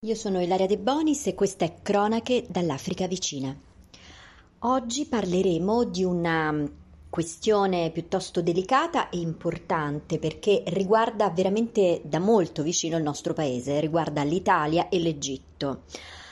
Io sono Ilaria De Bonis e questa è Cronache dall'Africa vicina. Oggi parleremo di una questione piuttosto delicata e importante perché riguarda veramente da molto vicino il nostro paese, riguarda l'Italia e l'Egitto.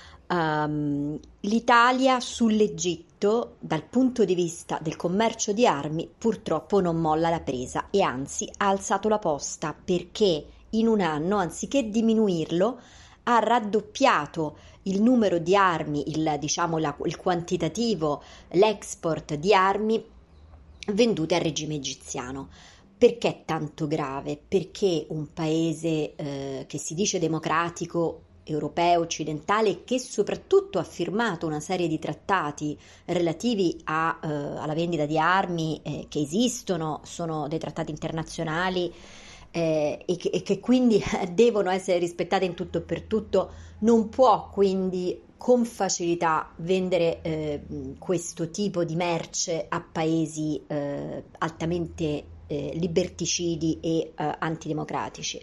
L'Italia sull'Egitto, dal punto di vista del commercio di armi, purtroppo non molla la presa e anzi ha alzato la posta perché in un anno, anziché diminuirlo, ha raddoppiato il numero di armi, il quantitativo, l'export di armi vendute al regime egiziano. Perché è tanto grave? Perché un paese che si dice democratico, europeo, occidentale, che soprattutto ha firmato una serie di trattati relativi alla vendita di armi che esistono, sono dei trattati internazionali e che quindi devono essere rispettate in tutto e per tutto, non può quindi con facilità vendere questo tipo di merce a paesi altamente liberticidi e antidemocratici.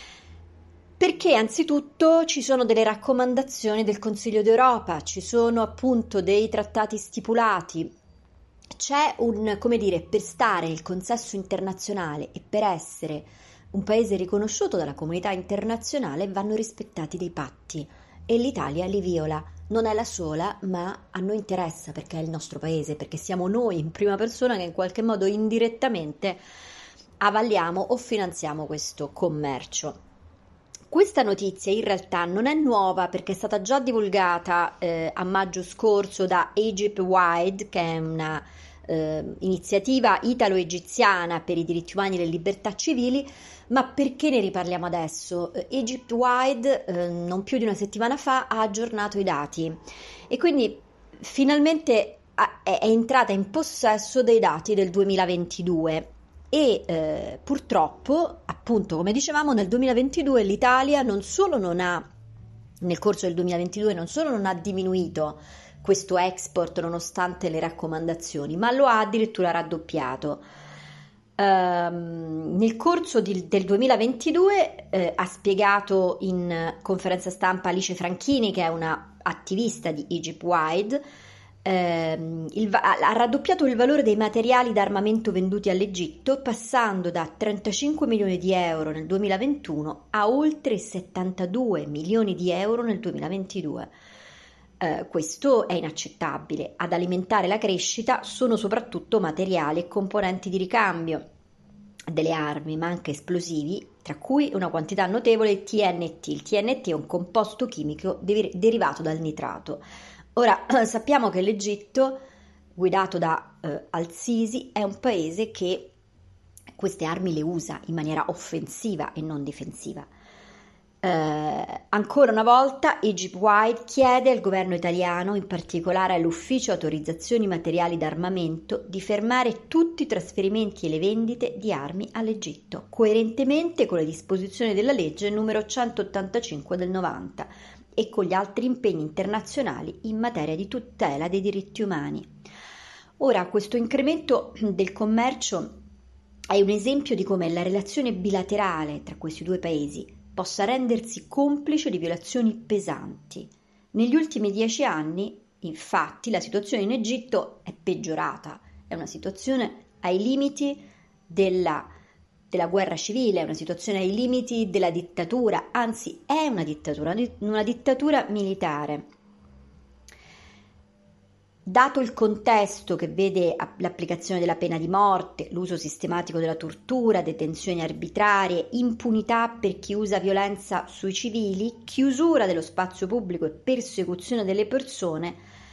Perché anzitutto ci sono delle raccomandazioni del Consiglio d'Europa, ci sono appunto dei trattati stipulati, c'è come dire, per stare nel consesso internazionale e per essere un paese riconosciuto dalla comunità internazionale vanno rispettati dei patti e l'Italia li viola. Non è la sola, ma a noi interessa perché è il nostro paese, perché siamo noi in prima persona che in qualche modo indirettamente avalliamo o finanziamo questo commercio. Questa notizia in realtà non è nuova perché è stata già divulgata a maggio scorso da Egypt Wide, che è una iniziativa italo-egiziana per i diritti umani e le libertà civili, ma perché ne riparliamo adesso? Egypt Wide, non più di una settimana fa, ha aggiornato i dati e quindi finalmente è entrata in possesso dei dati del 2022 e purtroppo, appunto, come dicevamo, nel 2022 l'Italia non solo non ha, nel corso del 2022, non solo non ha diminuito questo export nonostante le raccomandazioni, ma lo ha addirittura raddoppiato. Nel corso del 2022 ha spiegato in conferenza stampa Alice Franchini, che è una attivista di Egypt Wide, ha raddoppiato il valore dei materiali d'armamento venduti all'Egitto, passando da 35 milioni di euro nel 2021 a oltre 72 milioni di euro nel 2022. Questo è inaccettabile. Ad alimentare la crescita sono soprattutto materiali e componenti di ricambio delle armi, ma anche esplosivi, tra cui una quantità notevole di TNT. Il TNT è un composto chimico derivato dal nitrato. Ora, sappiamo che l'Egitto, guidato da Al-Sisi, è un paese che queste armi le usa in maniera offensiva e non difensiva. Ancora una volta Egypt Wide chiede al governo italiano, in particolare all'Ufficio Autorizzazioni Materiali d'Armamento, di fermare tutti i trasferimenti e le vendite di armi all'Egitto, coerentemente con le disposizioni della legge numero 185 del 90 e con gli altri impegni internazionali in materia di tutela dei diritti umani. Ora, questo incremento del commercio è un esempio di come la relazione bilaterale tra questi due paesi possa rendersi complice di violazioni pesanti. Negli ultimi 10 anni, infatti, la situazione in Egitto è peggiorata, è una situazione ai limiti della guerra civile, è una situazione ai limiti della dittatura, anzi è una dittatura militare. Dato il contesto che vede l'applicazione della pena di morte, l'uso sistematico della tortura, detenzioni arbitrarie, impunità per chi usa violenza sui civili, chiusura dello spazio pubblico e persecuzione delle persone,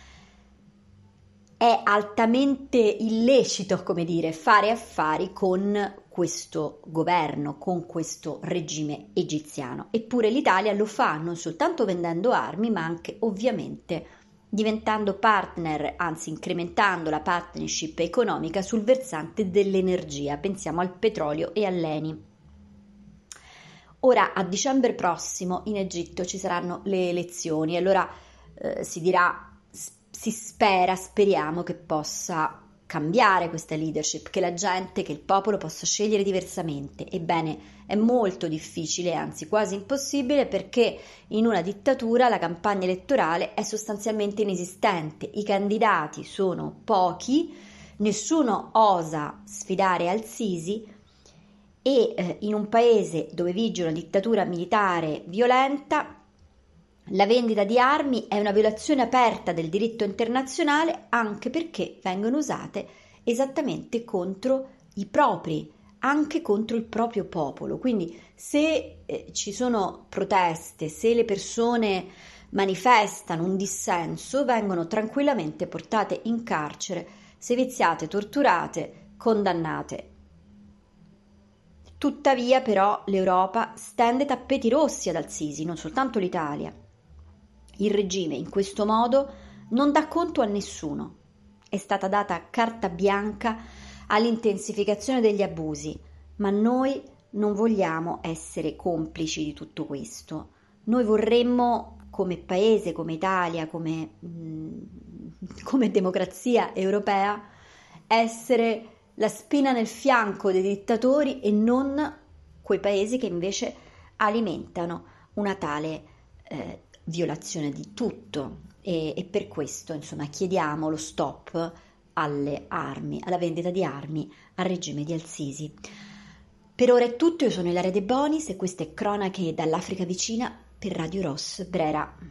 è altamente illecito, come dire, fare affari con questo governo, con questo regime egiziano. Eppure l'Italia lo fa non soltanto vendendo armi, ma anche ovviamente diventando partner, anzi incrementando la partnership economica sul versante dell'energia. Pensiamo al petrolio e all'Eni. Ora, a dicembre prossimo in Egitto ci saranno le elezioni, allora si dirà, speriamo che possa cambiare questa leadership, che la gente, che il popolo possa scegliere diversamente. Ebbene, è molto difficile, anzi quasi impossibile, perché in una dittatura la campagna elettorale è sostanzialmente inesistente, i candidati sono pochi, nessuno osa sfidare al-Sisi e in un paese dove vige una dittatura militare violenta, la vendita di armi è una violazione aperta del diritto internazionale, anche perché vengono usate esattamente contro i propri, anche contro il proprio popolo. Quindi se ci sono proteste, se le persone manifestano un dissenso, vengono tranquillamente portate in carcere, seviziate, torturate, condannate. Tuttavia, però, l'Europa stende tappeti rossi ad al-Sisi, non soltanto l'Italia. Il regime in questo modo non dà conto a nessuno. È stata data carta bianca all'intensificazione degli abusi, ma noi non vogliamo essere complici di tutto questo. Noi vorremmo, come paese, come Italia, come democrazia europea, essere la spina nel fianco dei dittatori e non quei paesi che invece alimentano una tale violazione di tutto e per questo insomma chiediamo lo stop alle armi, alla vendita di armi al regime di al-Sisi. Per ora è tutto, io sono Ilaria De Bonis e queste cronache dall'Africa vicina per Radio Ross Brera.